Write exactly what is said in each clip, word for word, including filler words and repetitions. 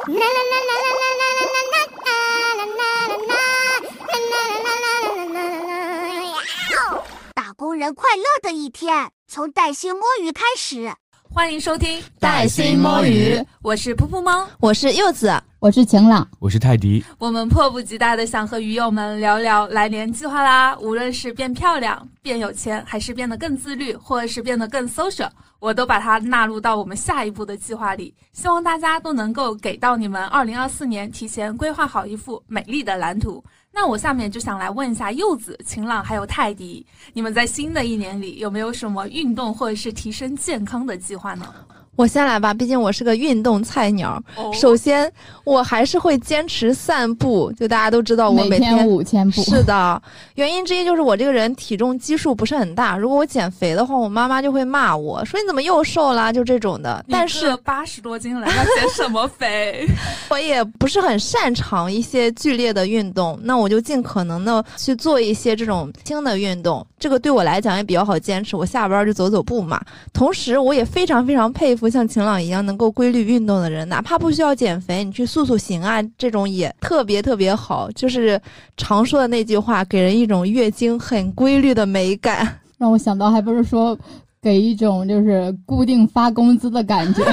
打工人快乐的一天，从带薪摸鱼开始。 欢迎收听带薪摸鱼， 我是噗噗猫， 我是柚子， 我是晴朗， 我是泰迪。 我们迫不及待的想和鱼友们聊聊来年计划啦。无论是变漂亮、变有钱，还是变得更自律，或者是变得更 social， 我都把它纳入到我们下一步的计划里。希望大家都能够给到你们二零二四年提前规划好一幅美丽的蓝图。那我下面就想来问一下柚子、晴朗还有泰迪，你们在新的一年里有没有什么运动或者是提升健康的计划呢？ 我先来吧，毕竟我是个运动菜鸟。哦、首先，我还是会坚持散步，就大家都知道我每天五千步。 是的，原因之一就是我这个人体重基数不是很大，如果我减肥的话，我妈妈就会骂我说你怎么又瘦啦，就这种的。但是八十多斤了，要减什么肥？ 我也不是很擅长一些剧烈的运动，那我就尽可能的去做一些这种轻的运动，这个对我来讲也比较好坚持。我下班就走走步嘛。同时，我也非常非常佩服像晴朗一样能够规律运动的人，哪怕不需要减肥，你去塑塑形啊，这种也特别特别好。就是常说的那句话，给人一种月经很规律的美感。 让我想到还不是说给一种就是固定发工资的感觉。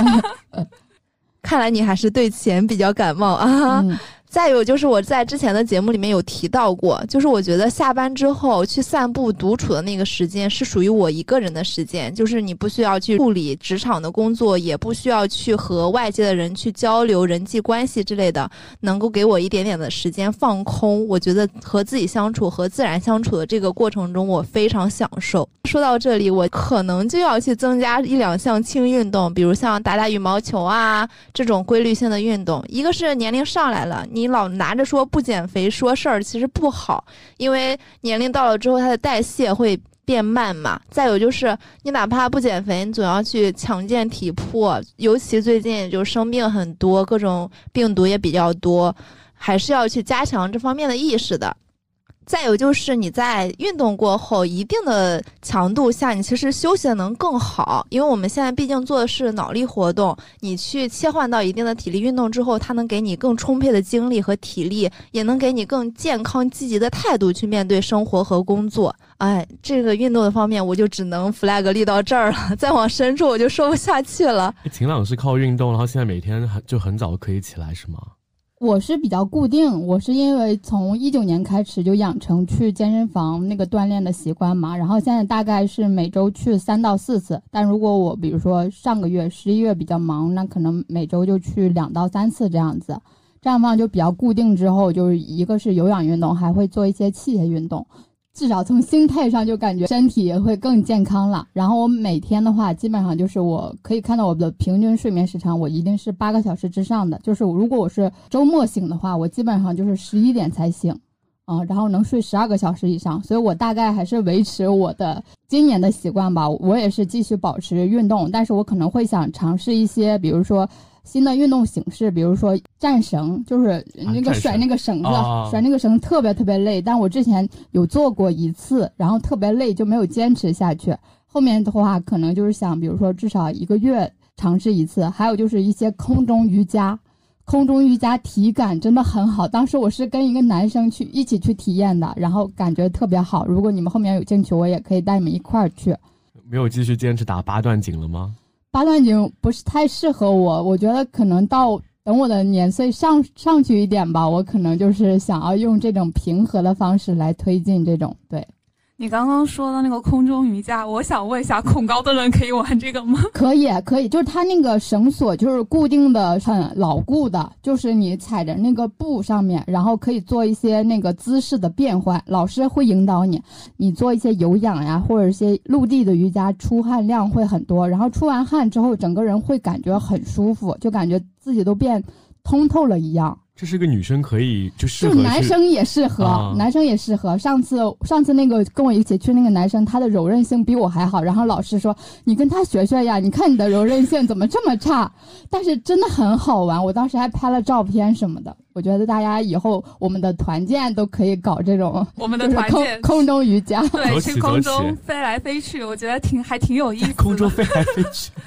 看来你还是对钱比较感冒啊。嗯，再有就是我在之前的节目里面有提到过，就是我觉得下班之后去散步独处的那个时间是属于我一个人的时间，就是你不需要去处理职场的工作，也不需要去和外界的人去交流人际关系之类的，能够给我一点点的时间放空。我觉得和自己相处和自然相处的这个过程中我非常享受。说到这里，我可能就要去增加一两项轻运动，比如像打打羽毛球啊这种规律性的运动。一个是年龄上来了，你老拿着说不减肥说事儿其实不好，因为年龄到了之后它的代谢会变慢嘛。再有就是你哪怕不减肥，你总要去强健体魄，尤其最近也就生病很多，各种病毒也比较多，还是要去加强这方面的意识的。再有就是你在运动过后一定的强度下，你其实休息的能更好，因为我们现在毕竟做的是脑力活动，你去切换到一定的体力运动之后，它能给你更充沛的精力和体力，也能给你更健康积极的态度去面对生活和工作。哎，这个运动的方面我就只能 flag 立到这儿了，再往深处我就说不下去了。 晴朗是靠运动，然后现在每天就很早可以起来是吗？ 我是比较固定，我是因为从一九年开始就养成去健身房那个锻炼的习惯嘛，然后现在大概是每周去三到四次，但如果我比如说上个月十一月比较忙，那可能每周就去两到三次这样子，这样方就比较固定。之后就是一个是有氧运动，还会做一些器械运动，至少从心态上就感觉身体也会更健康了。然后我每天的话基本上就是我可以看到我的平均睡眠时长我一定是八个小时之上的，就是如果我是周末醒的话，我基本上就是十一点才醒啊、嗯，然后能睡十二个小时以上，所以我大概还是维持我的今年的习惯吧。我也是继续保持运动，但是我可能会想尝试一些比如说新的运动形式，比如说战绳，就是那个甩那个绳子、啊、甩那个绳特别特别累，但我之前有做过一次，然后特别累就没有坚持下去。后面的话可能就是想比如说至少一个月尝试一次。还有就是一些空中瑜伽，空中瑜伽体感真的很好，当时我是跟一个男生去一起去体验的，然后感觉特别好。如果你们后面有兴趣，我也可以带你们一块儿去。 没有继续坚持打八段锦了吗？ 八段锦不是太适合我，我觉得可能到等我的年岁上上去一点吧，我可能就是想要用这种平和的方式来推进这种。对， 你刚刚说的那个空中瑜伽，我想问一下，恐高的人可以玩这个吗？ 可以可以，就是它那个绳索就是固定的很牢固的，就是你踩着那个布上面，然后可以做一些那个姿势的变换，老师会引导你，你做一些有氧呀，或者一些陆地的瑜伽，出汗量会很多，然后出完汗之后整个人会感觉很舒服，就感觉自己都变通透了一样。 这是个女生可以就适合， 就男生也适合、啊、男生也适合。上次上次那个跟我一起去那个男生，他的柔韧性比我还好，然后老师说你跟他学学呀，你看你的柔韧性怎么这么差，但是真的很好玩，我当时还拍了照片什么的。我觉得大家以后我们的团建都可以搞这种， 我们的团建、 就是、空, 空中瑜伽， 对，去空中飞来飞去，我觉得挺还挺有意思的。 空中飞来飞去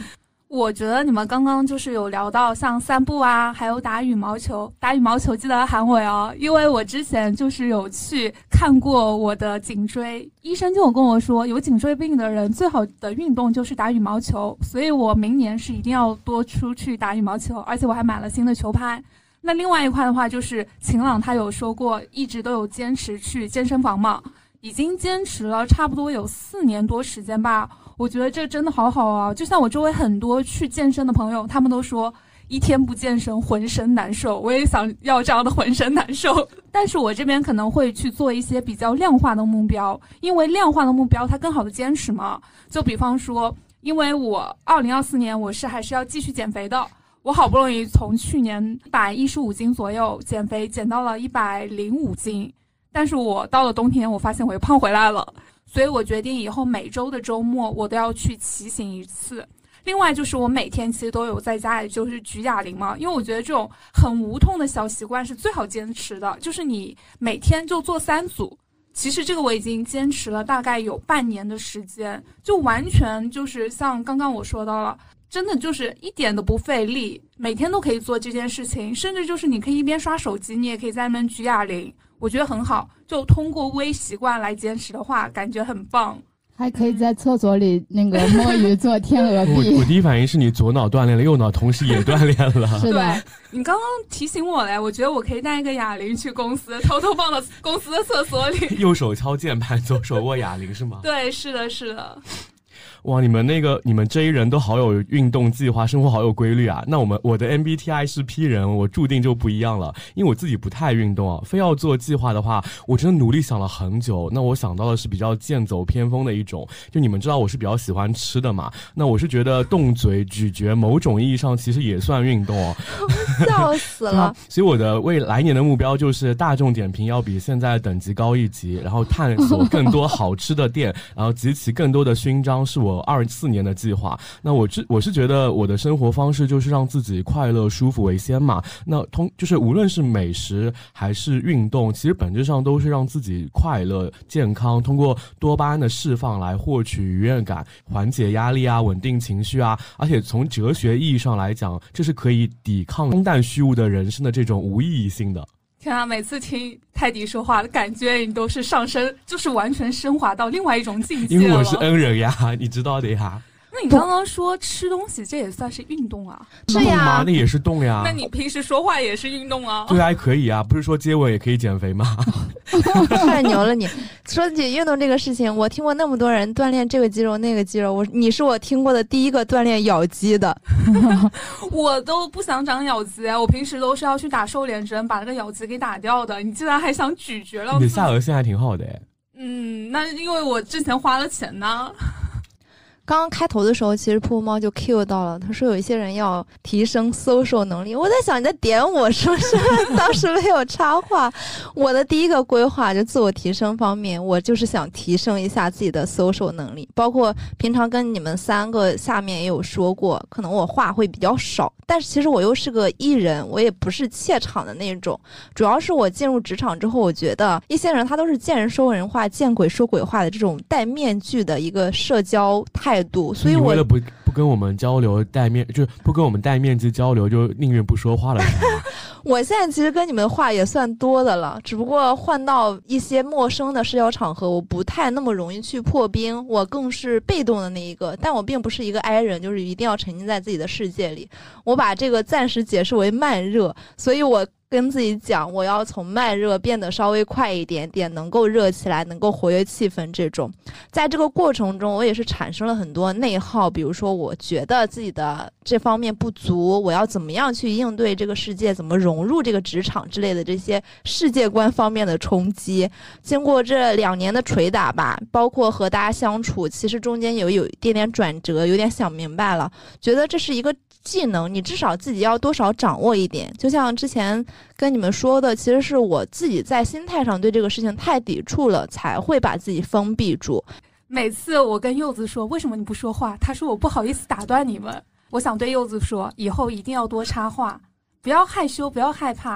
我觉得你们刚刚就是有聊到像散步啊，还有打羽毛球。打羽毛球记得喊我哦，因为我之前就是有去看过我的颈椎，医生就有跟我说，有颈椎病的人最好的运动就是打羽毛球，所以我明年是一定要多出去打羽毛球，而且我还买了新的球拍。那另外一块的话，就是晴朗他有说过，一直都有坚持去健身房嘛，已经坚持了差不多有四年多时间吧。我觉得这真的好好啊！就像我周围很多去健身的朋友，他们都说一天不健身浑身难受。我也想要这样的浑身难受，但是我这边可能会去做一些比较量化的目标，因为量化的目标它更好的坚持嘛。就比方说，因为我二零二四年我是还是要继续减肥的，我好不容易从去年一百一十五斤左右减肥减到了一百零五斤，但是我到了冬天，我发现我又胖回来了。所以我决定以后每周的周末我都要去骑行一次。另外就是我每天其实都有在家里就是举哑铃嘛，因为我觉得这种很无痛的小习惯是最好坚持的，就是你每天就做三组。其实这个我已经坚持了大概有半年的时间，就完全就是像刚刚我说到了，真的就是一点都不费力，每天都可以做这件事情，甚至就是你可以一边刷手机，你也可以在那边举哑铃，我觉得很好。就通过微习惯来坚持的话，感觉很棒。 还可以在厕所里那个摸鱼做天鹅臂。 我我第一反应是你左脑锻炼了，右脑同时也锻炼了。 是的， 对，你刚刚提醒我嘞，我觉得我可以带一个哑铃去公司，偷偷放到公司的厕所里。 右手敲键盘，左手握哑铃是吗？ 对，是的，是的。 哇，你们那个你们这一人都好有运动计划，生活好有规律啊。那我们我的 M B T I 是 P 人，我注定就不一样了，因为我自己不太运动啊，非要做计划的话，我真的努力想了很久。那我想到的是比较剑走偏锋的一种，就你们知道我是比较喜欢吃的嘛，那我是觉得动嘴咀嚼某种意义上其实也算运动哦。 笑死了。 所以我的未来年的目标就是大众点评要比现在等级高一级，然后探索更多好吃的店，然后集齐更多的勋章，是我二四年的计划。那我是我是觉得我的生活方式就是让自己快乐舒服为先嘛。那通就是无论是美食还是运动，其实本质上都是让自己快乐健康，通过多巴胺的释放来获取愉悦感，缓解压力啊，稳定情绪啊。而且从哲学意义上来讲，这是可以抵抗空淡虚无的人生的这种无意义性的。 天啊，每次听泰迪说话，感觉你都是上升，就是完全升华到另外一种境界了。 因为我是恩人呀，你知道的呀。 那你刚刚说吃东西，这也算是运动啊？ 是呀， 那也是动呀。 那你平时说话也是运动啊？ 对啊，可以啊，不是说接吻也可以减肥吗？ 太牛了你！说起运动这个事情，我听过那么多人锻炼这个肌肉那个肌肉，我你是我听过的第一个锻炼咬肌的。 我都不想长咬肌，我平时都是要去打瘦脸针把那个咬肌给打掉的。你竟然还想咀嚼了？ 你的下颚线还挺好的哎。 嗯，那因为我之前花了钱呢。 刚刚开头的时候，其实噗噗猫就 cue 到了，他说有一些人要提升 social 能力。我在想你在点我是不是？当时没有插话。我的第一个规划就自我提升方面，我就是想提升一下自己的 social 能力，包括平常跟你们三个下面也有说过，可能我话会比较少，但是其实我又是个 E 人，我也不是怯场的那种。主要是我进入职场之后，我觉得一些人他都是见人说人话，见鬼说鬼话的这种戴面具的一个社交态度，所以我为了不不跟我们交流戴面，就不跟我们戴面具交流，就宁愿不说话了。 我现在其实跟你们话也算多的了，只不过换到一些陌生的社交场合，我不太那么容易去破冰，我更是被动的那一个。但我并不是一个 I 人，就是一定要沉浸在自己的世界里。我把这个暂时解释为慢热，所以我跟自己讲，我要从慢热变得稍微快一点点，能够热起来，能够活跃气氛。这种在这个过程中，我也是产生了很多内耗，比如说我觉得自己的这方面不足，我要怎么样去应对这个世界，怎么融入这个职场之类的这些世界观方面的冲击。经过这两年的捶打吧，包括和大家相处，其实中间有有一点点转折，有点想明白了，觉得这是一个技能，你至少自己要多少掌握一点。就像之前跟你们说的，其实是我自己在心态上对这个事情太抵触了，才会把自己封闭住。 每次我跟柚子说为什么你不说话，他说我不好意思打断你们。我想对柚子说，以后一定要多插话，不要害羞，不要害怕。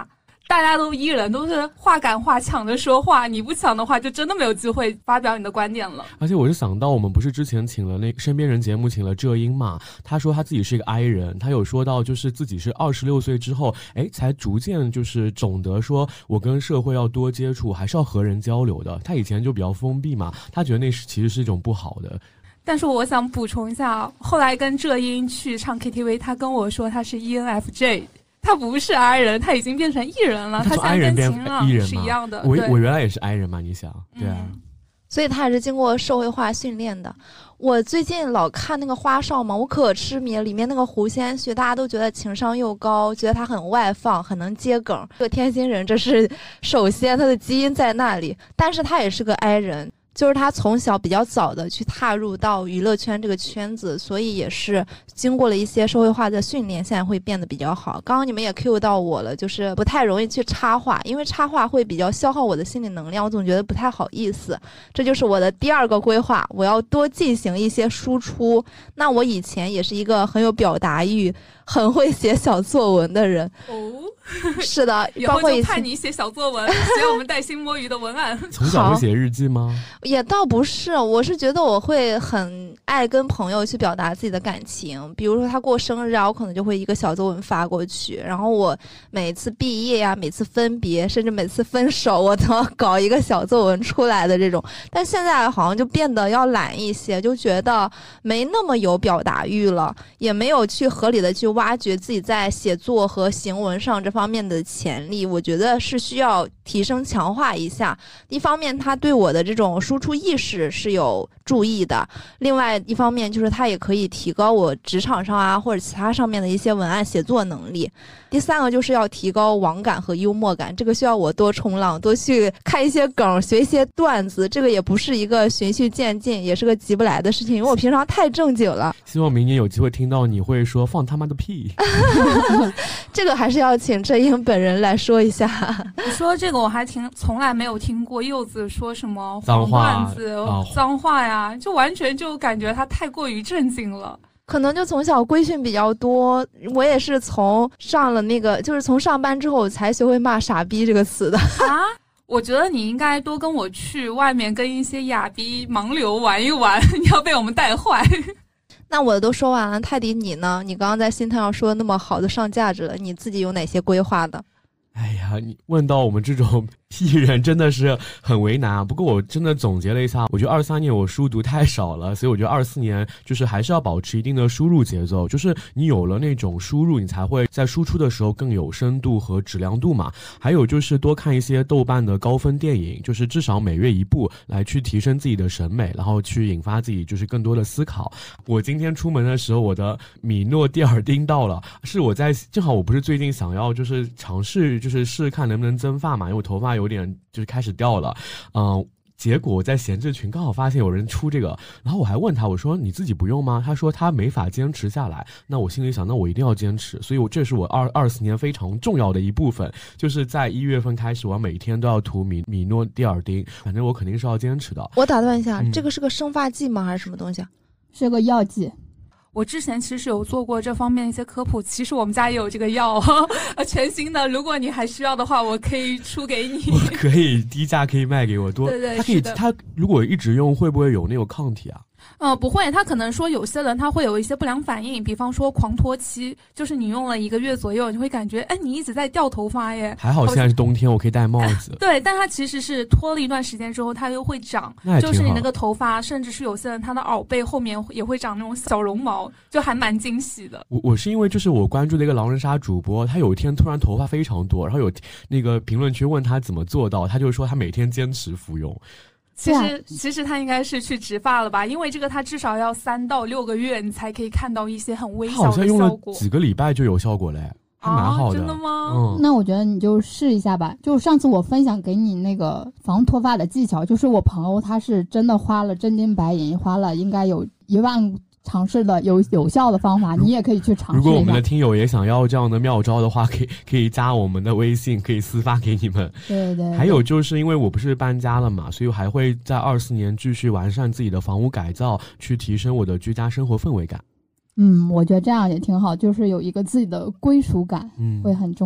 大家都 E 人，都是话赶话抢着说话，你不抢的话就真的没有机会发表你的观点了。 而且我是想到我们不是之前请了那身边人节目请了浙英嘛，他说他自己是一个 I 人，他有说到就是自己是二十六岁之后哎才逐渐就是懂得说我跟社会要多接触，还是要和人交流的，他以前就比较封闭嘛，他觉得那是其实是一种不好的。 但是我想补充一下，后来跟浙英去唱 K T V， 他跟我说他是 E N F J， 他不是 I 人，他已经变成 E 人了，他从 I 人变 E 人是一样的。 我我原来也是 I 人嘛，你想，对啊。嗯， 所以他也是经过社会化训练的。我最近老看那个花少嘛，我可痴迷了，里面那个胡先煦，大家都觉得情商又高，觉得他很外放，很能接梗。这个天津人，这是首先他的基因在那里，但是他也是个 I 人。就是他从小比较早的去踏入到娱乐圈这个圈子，所以也是经过了一些社会化的训练，现在会变得比较好。刚刚你们也 cue 到我了，就是不太容易去插话，因为插话会比较消耗我的心理能量，我总觉得不太好意思。这就是我的第二个规划，我要多进行一些输出。那我以前也是一个很有表达欲、很会写小作文的人。 哦， 是的， 以后就派你写小作文，写我们带薪摸鱼的文案。 从小会写日记吗？ 也倒不是，我是觉得我会很爱跟朋友去表达自己的感情，比如说他过生日啊，我可能就会一个小作文发过去，然后我每次毕业呀、啊、每次分别，甚至每次分手，我都要搞一个小作文出来的这种。但现在好像就变得要懒一些，就觉得没那么有表达欲了，也没有去合理的去挖掘自己在写作和行文上这方面的潜力，我觉得是需要提升强化一下。一方面他对我的这种输出意识是有注意的，另外一方面就是他也可以提高我职场上啊或者其他上面的一些文案写作能力。第三个就是要提高网感和幽默感，这个需要我多冲浪，多去看一些梗，学一些段子，这个也不是一个循序渐进，也是个急不来的事情，因为我平常太正经了。 希望明年有机会听到你会说放他妈的屁。 这个还是要请浙英本人来说一下。 你说这个我还挺从来没有听过柚子说什么脏话段子、哦、脏话呀，就完全就感觉他太过于正经了。 可能就从小规训比较多，我也是从上了那个，就是从上班之后才学会骂傻逼这个词的啊。我觉得你应该多跟我去外面跟一些哑逼盲流玩一玩，你要被我们带坏。 那我都说完了，泰迪你呢？你刚刚在心态上说的那么好，都上价值了，你自己有哪些规划的？ 哎呀，你问到我们这种艺人真的是很为难啊。不过我真的总结了一下，我觉得二三年我书读太少了，所以我觉得二四年就是还是要保持一定的输入节奏，就是你有了那种输入，你才会在输出的时候更有深度和质量度嘛。还有就是多看一些豆瓣的高分电影，就是至少每月一部，来去提升自己的审美，然后去引发自己就是更多的思考。我今天出门的时候，我的米诺地尔丁到了，是我在正好我不是最近想要就是尝试就是试看能不能增发嘛，因为我头发有点就是开始掉了，嗯，结果我在闲置群刚好发现有人出这个，然后我还问他，我说你自己不用吗？他说他没法坚持下来。那我心里想，那我一定要坚持，所以我这是我二二四年非常重要的一部分，就是在一月份开始，我每天都要涂米米诺地尔丁，反正我肯定是要坚持的。 我打断一下， 嗯、 这个是个生发剂吗？还是什么东西啊？ 是个药剂。 我之前其实有做过这方面一些科普，其实我们家也有这个药，全新的，如果你还需要的话，我可以出给你。 我可以低价可以卖给我多， 对对， 它可以，它如果一直用会不会有那种抗体啊？ 呃，不会，他可能说有些人他会有一些不良反应，比方说狂脱期，就是你用了一个月左右，你会感觉，哎，你一直在掉头发耶。 还好现在是冬天，我可以戴帽子。 对，但它其实是脱了一段时间之后，它又会长，就是你那个头发，甚至是有些人他的耳背后面也会长那种小绒毛，就还蛮惊喜的。 我我是因为就是我关注的一个狼人杀主播，他有一天突然头发非常多，然后有那个评论区问他怎么做到，他就说他每天坚持服用。 其实其实他应该是去植发了吧，因为这个他至少要三到六个月你才可以看到一些很微小的效果。 好像用了几个礼拜就有效果嘞，还蛮好的。 啊、真的吗？ 嗯， 那我觉得你就试一下吧。就上次我分享给你那个防脱发的技巧，就是我朋友他是真的花了真金白银，花了应该有一万。尝试的有有效的方法，你也可以去尝试一下。 如果我们的听友也想要这样的妙招的话，可以可以加我们的微信，可以私发给你们。 对 对, 对。 还有就是因为我不是搬家了嘛，所以我还会在二四年继续完善自己的房屋改造，去提升我的居家生活氛围感。 嗯，我觉得这样也挺好，就是有一个自己的归属感，嗯，会很重要。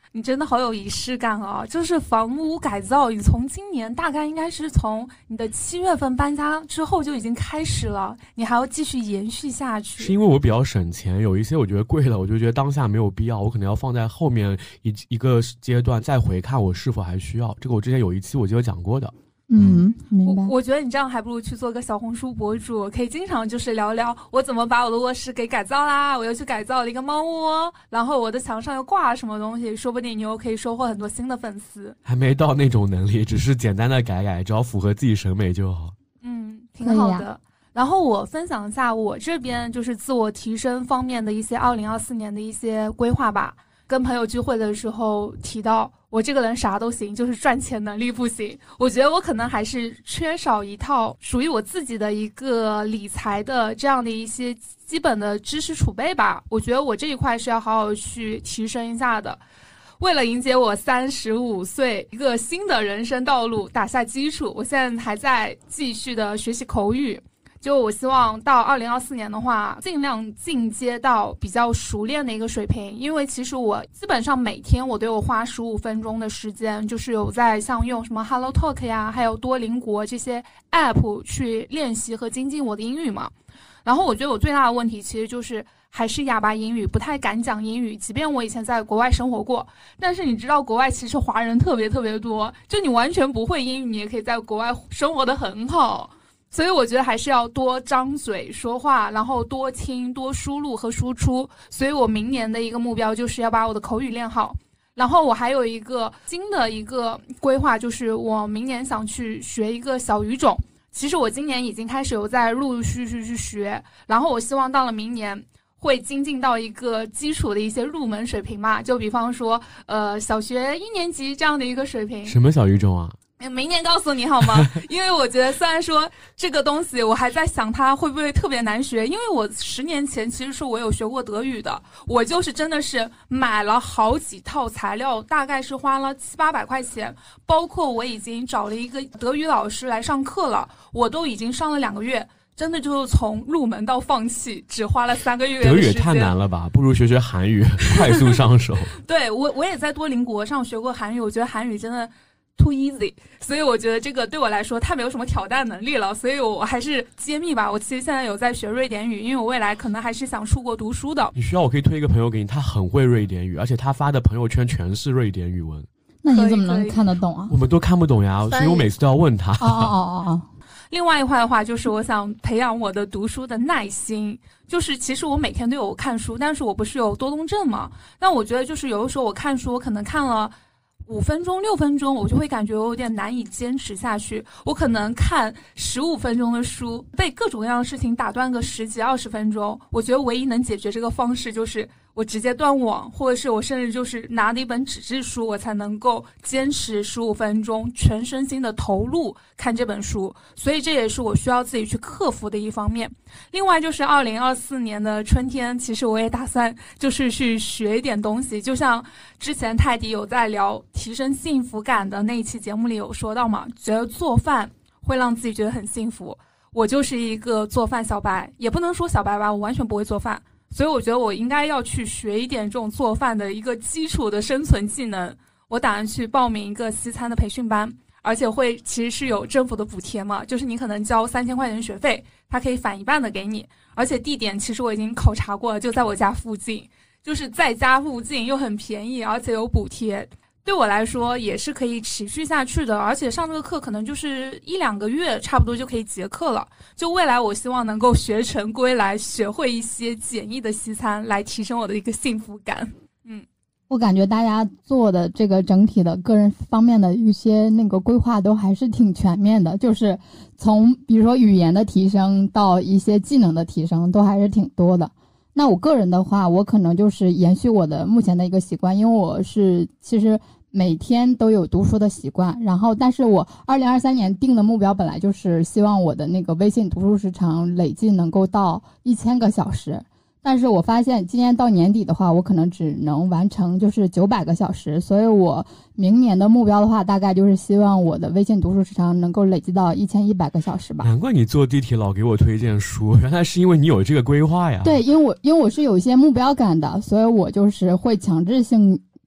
你真的好有仪式感啊！就是房屋改造，你从今年大概应该是从你的七月份搬家之后就已经开始了，你还要继续延续下去。 是因为我比较省钱，有一些我觉得贵了，我就觉得当下没有必要，我可能要放在后面一一个阶段再回看我是否还需要。这个我之前有一期我就有讲过的。 嗯，明白。 我我觉得你这样还不如去做个小红书博主，可以经常就是聊聊我怎么把我的卧室给改造啦，我又去改造了一个猫窝，然后我的墙上又挂了什么东西，说不定你又可以收获很多新的粉丝。 还没到那种能力，只是简单的改改，只要符合自己审美就好。 嗯，挺好的。啊、然后我分享一下我这边就是自我提升方面的一些二零二四年的一些规划吧。跟朋友聚会的时候提到，我这个人啥都行，就是赚钱能力不行。我觉得我可能还是缺少一套属于我自己的一个理财的这样的一些基本的知识储备吧。我觉得我这一块是要好好去提升一下的。为了迎接我三十五岁一个新的人生道路打下基础，我现在还在继续的学习口语。就我希望到二零二四年的话，尽量进阶到比较熟练的一个水平。因为其实我基本上每天我都有花十五分钟的时间，就是有在像用什么 Hello Talk 呀，还有多邻国这些 app 去练习和精进我的英语嘛。然后我觉得我最大的问题其实就是还是哑巴英语，不太敢讲英语。即便我以前在国外生活过，但是你知道国外其实华人特别特别多，就你完全不会英语，你也可以在国外生活得很好。所以我觉得还是要多张嘴说话，然后多听、多输入和输出。所以我明年的一个目标就是要把我的口语练好。然后我还有一个新的一个规划，就是我明年想去学一个小语种。其实我今年已经开始有在陆陆续续去学，然后我希望到了明年会精进到一个基础的一些入门水平嘛，就比方说呃小学一年级这样的一个水平。 什么小语种啊？ 明年告诉你好吗？因为我觉得虽然说这个东西我还在想它会不会特别难学，因为我十年前其实是我有学过德语的，我就是真的是买了好几套材料，大概是花了七八百块钱，包括我已经找了一个德语老师来上课了，我都已经上了两个月，真的就是从入门到放弃只花了三个月的时间。 德语也太难了吧，不如学学韩语快速上手。 对，我我也在多邻国上学过韩语，我觉得韩语真的too easy， 所以我觉得这个对我来说太没有什么挑战能力了，所以我还是揭秘吧。我其实现在有在学瑞典语，因为我未来可能还是想出国读书的。 你需要我可以推一个朋友给你，他很会瑞典语，而且他发的朋友圈全是瑞典语文。 那你怎么能看得懂啊？ 我们都看不懂呀，所以我每次都要问他。 哦哦哦哦。 另外一块的话，就是我想培养我的读书的耐心。就是其实我每天都有看书，但是我不是有多动症嘛？但我觉得就是有的时候我看书，我可能看了五分钟、六分钟，我就会感觉我有点难以坚持下去。我可能看十五分钟的书，被各种各样的事情打断个十几、二十分钟。我觉得唯一能解决这个方式就是我直接断网，或者是我甚至就是拿着一本纸质书，我才能够坚持十五分钟，全身心的投入看这本书。所以这也是我需要自己去克服的一方面。另外就是二零二四年的春天，其实我也打算就是去学一点东西，就像之前泰迪有在聊提升幸福感的那一期节目里有说到嘛，觉得做饭会让自己觉得很幸福。我就是一个做饭小白，也不能说小白吧，我完全不会做饭，所以我觉得我应该要去学一点这种做饭的一个基础的生存技能。我打算去报名一个西餐的培训班，而且会其实是有政府的补贴嘛，就是你可能交三千块钱学费，它可以返一半的给你，而且地点其实我已经考察过了，就在我家附近，就是在家附近又很便宜，而且有补贴。对我来说也是可以持续下去的，而且上这个课可能就是一两个月差不多就可以结课了。就未来我希望能够学成归来，学会一些简易的西餐，来提升我的一个幸福感。嗯， 我感觉大家做的这个整体的个人方面的一些那个规划都还是挺全面的，就是从比如说语言的提升到一些技能的提升都还是挺多的。那我个人的话，我可能就是延续我的目前的一个习惯，因为我是其实每天都有读书的习惯，然后但是我二零二三年定的目标本来就是希望我的那个微信读书时长累计能够到一千个小时，但是我发现今年到年底的话，我可能只能完成就是九百个小时，所以我明年的目标的话，大概就是希望我的微信读书时长能够累积到一千一百个小时吧。 难怪你坐地铁老给我推荐书，原来是因为你有这个规划呀。 对，因为我因为我是有一些目标感的，所以我就是会强制性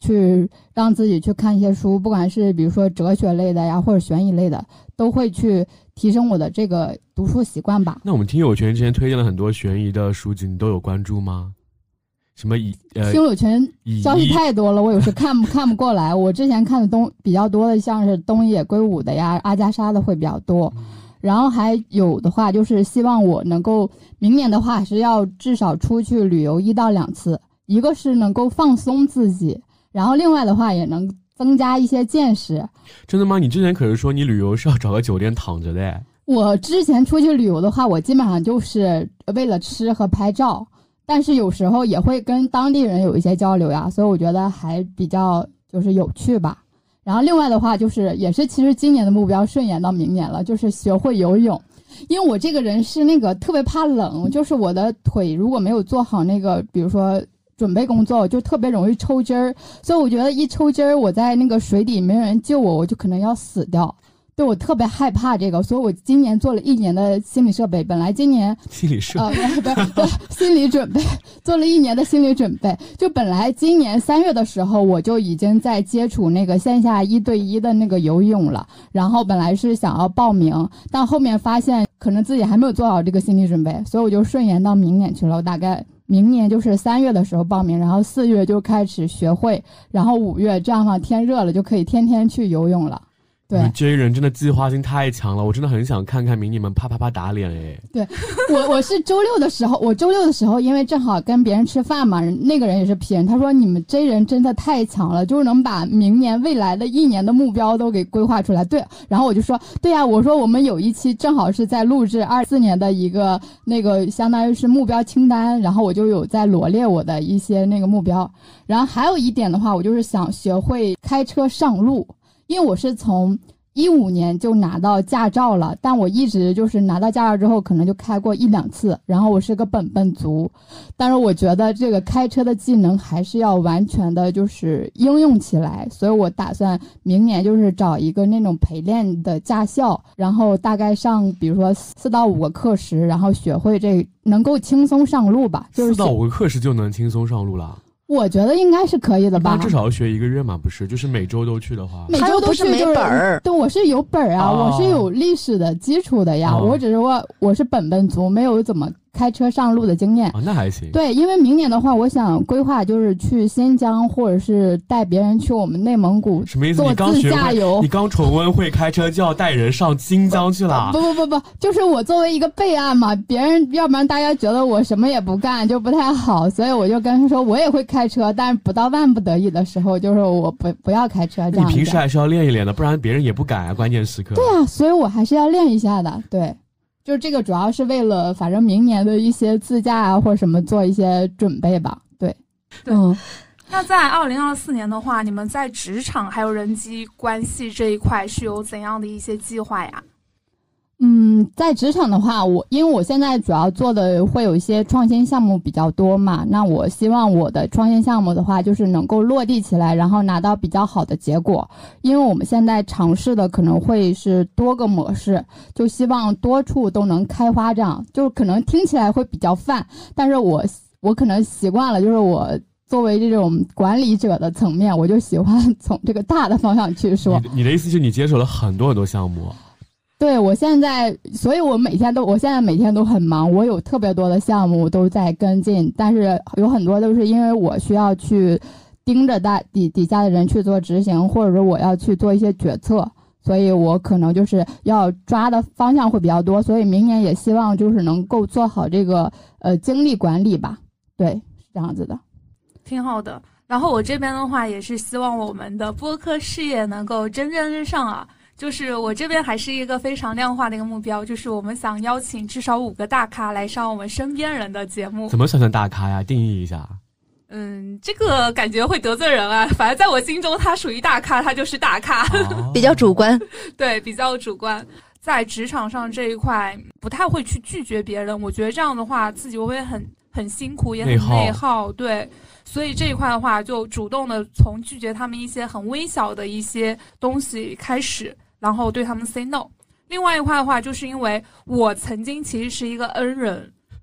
去让自己去看一些书，不管是比如说哲学类的呀，或者悬疑类的，都会去提升我的这个读书习惯吧。 那我们听友群之前推荐了很多悬疑的书籍，你都有关注吗？什么以呃， 听友群消息太多了，我有时看不看不过来。我之前看的东比较多的，像是东野圭吾的呀、阿加莎的会比较多。嗯，然后还有的话就是希望我能够明年的话还是要至少出去旅游一到两次，一个是能够放松自己，然后另外的话也能增加一些见识。 真的吗？你之前可是说你旅游是要找个酒店躺着的。 我之前出去旅游的话，我基本上就是为了吃和拍照，但是有时候也会跟当地人有一些交流呀，所以我觉得还比较就是有趣吧。然后另外的话就是也是其实今年的目标顺延到明年了，就是学会游泳。因为我这个人是那个特别怕冷，就是我的腿如果没有做好那个比如说准备工作，就特别容易抽筋儿，所以我觉得一抽筋儿我在那个水底没人救我，我就可能要死掉。对，我特别害怕这个，所以我今年做了一年的心理设备。本来今年心理设备呃不不心理准备，做了一年的心理准备。就本来今年三月的时候，我就已经在接触那个线下一对一的那个游泳了。然后本来是想要报名，但后面发现可能自己还没有做好这个心理准备，所以我就顺延到明年去了。我大概明年就是三月的时候报名，然后四月就开始学会，然后五月这样的话天热了就可以天天去游泳了。对， 你这人真的计划性太强了，我真的很想看看明你们啪啪啪打脸哎。 对，我我是周六的时候，我周六的时候因为正好跟别人吃饭嘛，那个人也是 P 人，他说你们这人真的太强了，就是能把明年未来的一年的目标都给规划出来。对，然后我就说对呀、啊，我说我们有一期正好是在录制二四年的一个那个相当于是目标清单，然后我就有在罗列我的一些那个目标。然后还有一点的话，我就是想学会开车上路。因为我是从一五年就拿到驾照了，但我一直就是拿到驾照之后可能就开过一两次，然后我是个本本族，但是我觉得这个开车的技能还是要完全的就是应用起来，所以我打算明年就是找一个那种陪练的驾校，然后大概上比如说四到五个课时，然后学会这能够轻松上路吧。就是四到五个课时就能轻松上路了。 我觉得应该是可以的吧， 至少要学一个月嘛，不是？就是每周都去的话， 每周都去就是没本儿。 对，我是有本儿啊、 哦， 我是有历史的基础的呀。 哦、 我只是说我是本本族，没有怎么开车上路的经验。 啊，那还行。 对，因为明年的话，我想规划就是去新疆，或者是带别人去我们内蒙古。 什么意思？ 你刚学会，你刚重温会开车，就要带人上新疆去了？ 不不不不，就是我作为一个备案嘛，别人要不然大家觉得我什么也不干就不太好，所以我就跟他说我也会开车，但是不到万不得已的时候，就是我不不要开车这样。 你平时还是要练一练的，不然别人也不敢啊，关键时刻。 对啊，所以我还是要练一下的。对。就是这个主要是为了反正明年的一些自驾啊或者什么做一些准备吧。对对、嗯、那在二零二四年的话，你们在职场还有人际关系这一块是有怎样的一些计划呀？ 嗯，在职场的话，我因为我现在主要做的会有一些创新项目比较多嘛，那我希望我的创新项目的话就是能够落地起来，然后拿到比较好的结果。因为我们现在尝试的可能会是多个模式，就希望多处都能开花，这样就可能听起来会比较泛，但是我我可能习惯了，就是我作为这种管理者的层面，我就喜欢从这个大的方向去说。 你, 你的意思是你接手了很多很多项目？ 对，我现在，所以我每天都，我现在每天都很忙，我有特别多的项目都在跟进，但是有很多都是因为我需要去盯着大底底下的人去做执行，或者说我要去做一些决策，所以我可能就是要抓的方向会比较多，所以明年也希望就是能够做好这个呃精力管理吧。对，是这样子的。 挺好的。然后我这边的话也是希望我们的播客事业能够蒸蒸日上啊。就是我这边还是一个非常量化的一个目标，就是我们想邀请至少五个大咖来上我们身边人的节目。 怎么算算大咖呀？定义一下。 嗯，这个感觉会得罪人啊。反正在我心中，他属于大咖，他就是大咖， 哦、比较主观。 对，比较主观。在职场上这一块，不太会去拒绝别人。我觉得这样的话，自己会很很辛苦，也很内耗。对。所以这一块的话，就主动的从拒绝他们一些很微小的一些东西开始，然后对他们 say no。另外一块的话，就是因为我曾经其实是一个 N 人，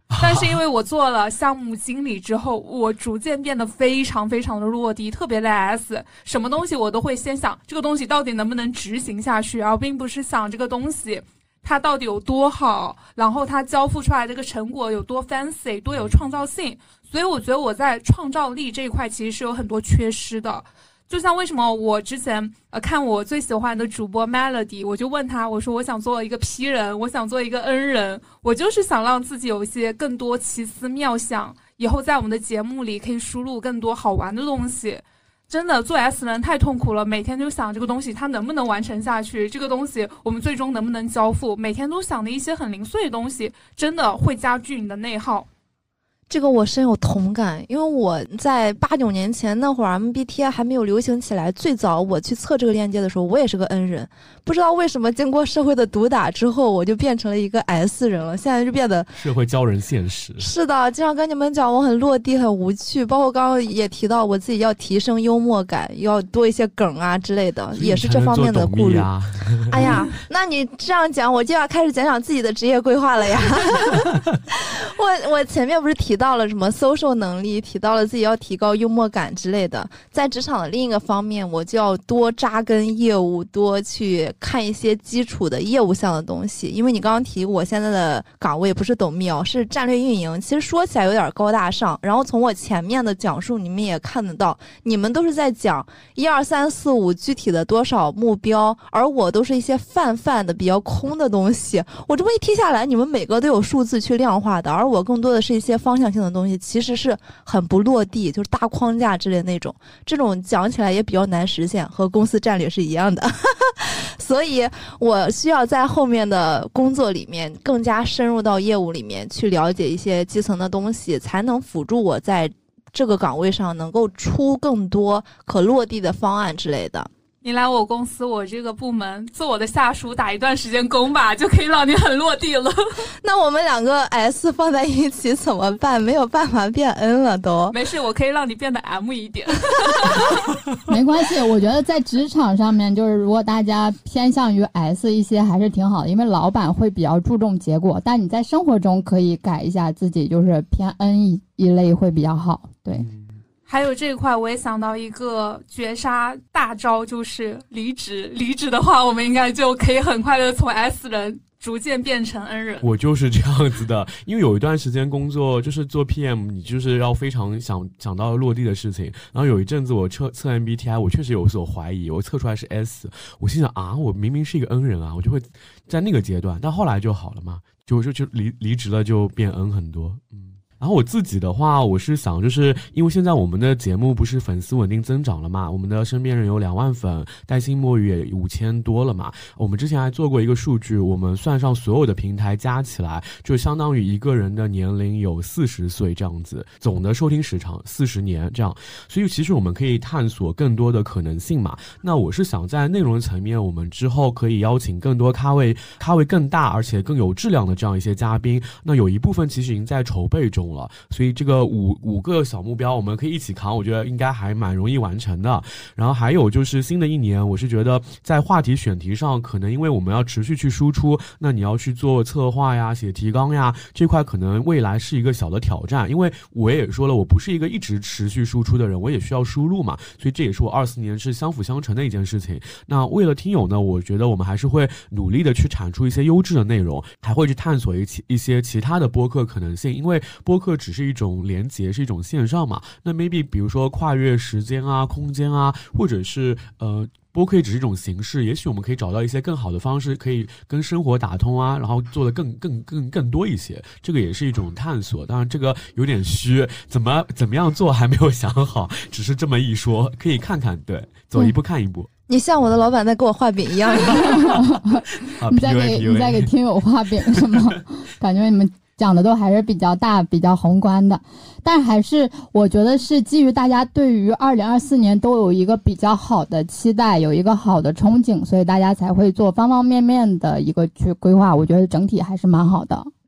但是因为我做了项目经理之后，我逐渐变得非常非常的落地，特别的 S， 什么东西我都会先想这个东西到底能不能执行下去，而并不是想这个东西它到底有多好，然后它交付出来这个成果有多 fancy 多有创造性。所以我觉得我在创造力这一块其实是有很多缺失的。就像为什么我之前呃看我最喜欢的主播 Melody， 我就问他，我说我想做一个 P 人，我想做一个 N 人，我就是想让自己有一些更多奇思妙想，以后在我们的节目里可以输入更多好玩的东西。真的做 S 人太痛苦了，每天就想这个东西它能不能完成下去，这个东西我们最终能不能交付，每天都想的一些很零碎的东西，真的会加剧你的内耗。 这个我深有同感，因为我在八九年前那会儿 M B T I 还没有流行起来，最早我去测这个链接的时候，我也是个 N 人，不知道为什么经过社会的毒打之后，我就变成了一个 S 人了，现在就变得社会教人现实。 是的，经常跟你们讲我很落地很无趣，包括刚刚也提到我自己要提升幽默感，要多一些梗啊之类的，也是这方面的顾虑。 啊、 哎呀，那你这样讲我就要开始讲讲自己的职业规划了呀。我我前面不是提到了什么 social 能力，提到了自己要提高幽默感之类的，在职场的另一个方面，我就要多扎根业务，多去看一些基础的业务项的东西。因为你刚刚提我现在的岗位不是董秘哦，是战略运营，其实说起来有点高大上，然后从我前面的讲述你们也看得到，你们都是在讲一二三四五具体的多少目标，而我都是一些泛泛的比较空的东西。我这么一听下来，你们每个都有数字去量化的，而我更多的是一些方向性的东西，其实是很不落地，就是大框架之类的那种，这种讲起来也比较难实现，和公司战略是一样的。所以我需要在后面的工作里面更加深入到业务里面去了解一些基层的东西，才能辅助我在这个岗位上能够出更多可落地的方案之类的。 你来我公司，我这个部门做我的下属，打一段时间工吧，就可以让你很落地了。 那我们两个 S 放在一起怎么办？没有办法变 N 了都。 没事，我可以让你变得 M 一点。 没关系，我觉得在职场上面，就是如果大家偏向于 S 一些，还是挺好的，因为老板会比较注重结果。但你在生活中可以改一下自己，就是偏 N 一一类会比较好。对。嗯， 还有这一块，我也想到一个绝杀大招，就是离职。离职的话，我们应该就可以很快的从 S 人逐渐变成 N 人。 我就是这样子的，因为有一段时间工作就是做 P M， 你就是要非常想想到落地的事情。然后有一阵子我测测 M B T I， 我确实有所怀疑，我测出来是 S， 我心想啊，我明明是一个 N 人啊，我就会在那个阶段，但后来就好了嘛，就就就离离职了，就变 N 很多，嗯。然后我自己的话，我是想，就是因为现在我们的节目不是粉丝稳定增长了嘛，我们的身边人有两万粉，带薪摸鱼也五千多了嘛。我们之前还做过一个数据，我们算上所有的平台加起来，就相当于一个人的年龄有四十岁这样子，总的收听时长四十年这样。所以其实我们可以探索更多的可能性嘛。那我是想在内容层面，我们之后可以邀请更多咖位咖位更大而且更有质量的这样一些嘉宾。那有一部分其实已经在筹备中了，所以这个五五个小目标我们可以一起扛，我觉得应该还蛮容易完成的。然后还有就是新的一年，我是觉得在话题选题上，可能因为我们要持续去输出，那你要去做策划呀、写提纲呀，这块可能未来是一个小的挑战。因为我也说了，我不是一个一直持续输出的人，我也需要输入嘛，所以这也是我二四年是相辅相成的一件事情。那为了听友呢，我觉得我们还是会努力的去产出一些优质的内容，还会去探索一一些其他的播客可能性，因为播客只是一种连结，是一种线上嘛。那 maybe 比如说跨越时间啊、空间啊，或者是呃。播客只是一种形式，也许我们可以找到一些更好的方式，可以跟生活打通啊，然后做的更更更更多一些，这个也是一种探索。当然这个有点虚，怎么怎么样做还没有想好，只是这么一说，可以看看，对，走一步看一步。嗯， 你像我的老板在给我画饼一样。 你在给你在给听友画饼是吗？感觉你们讲的都还是比较大比较宏观的，但还是我觉得是基于大家对于二零二四年都有一个比较好的期待，有一个好的憧憬，所以大家才会做方方面面的一个去规划，我觉得整体还是蛮好的。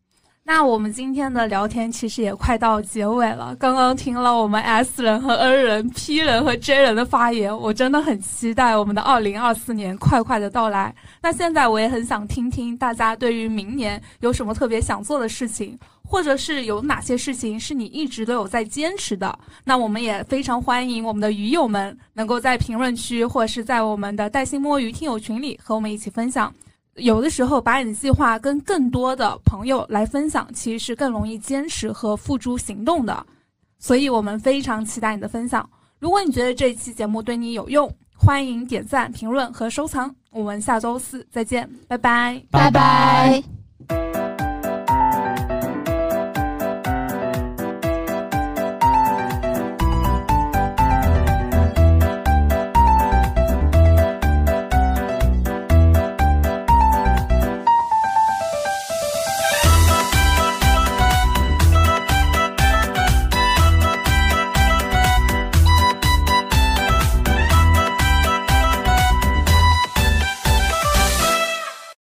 那我们今天的聊天其实也快到结尾了。刚刚听了我们 S 人和 N 人、P 人和 J 人的发言，我真的很期待我们的二零二四年快快的到来。那现在我也很想听听大家对于明年有什么特别想做的事情，或者是有哪些事情是你一直都有在坚持的。那我们也非常欢迎我们的鱼友们能够在评论区或者是在我们的带薪摸鱼听友群里和我们一起分享。有的时候把你的计划跟更多的朋友来分享，其实是更容易坚持和付诸行动的。所以我们非常期待你的分享。如果你觉得这一期节目对你有用，欢迎点赞、评论和收藏。我们下周四再见，拜拜， 拜拜。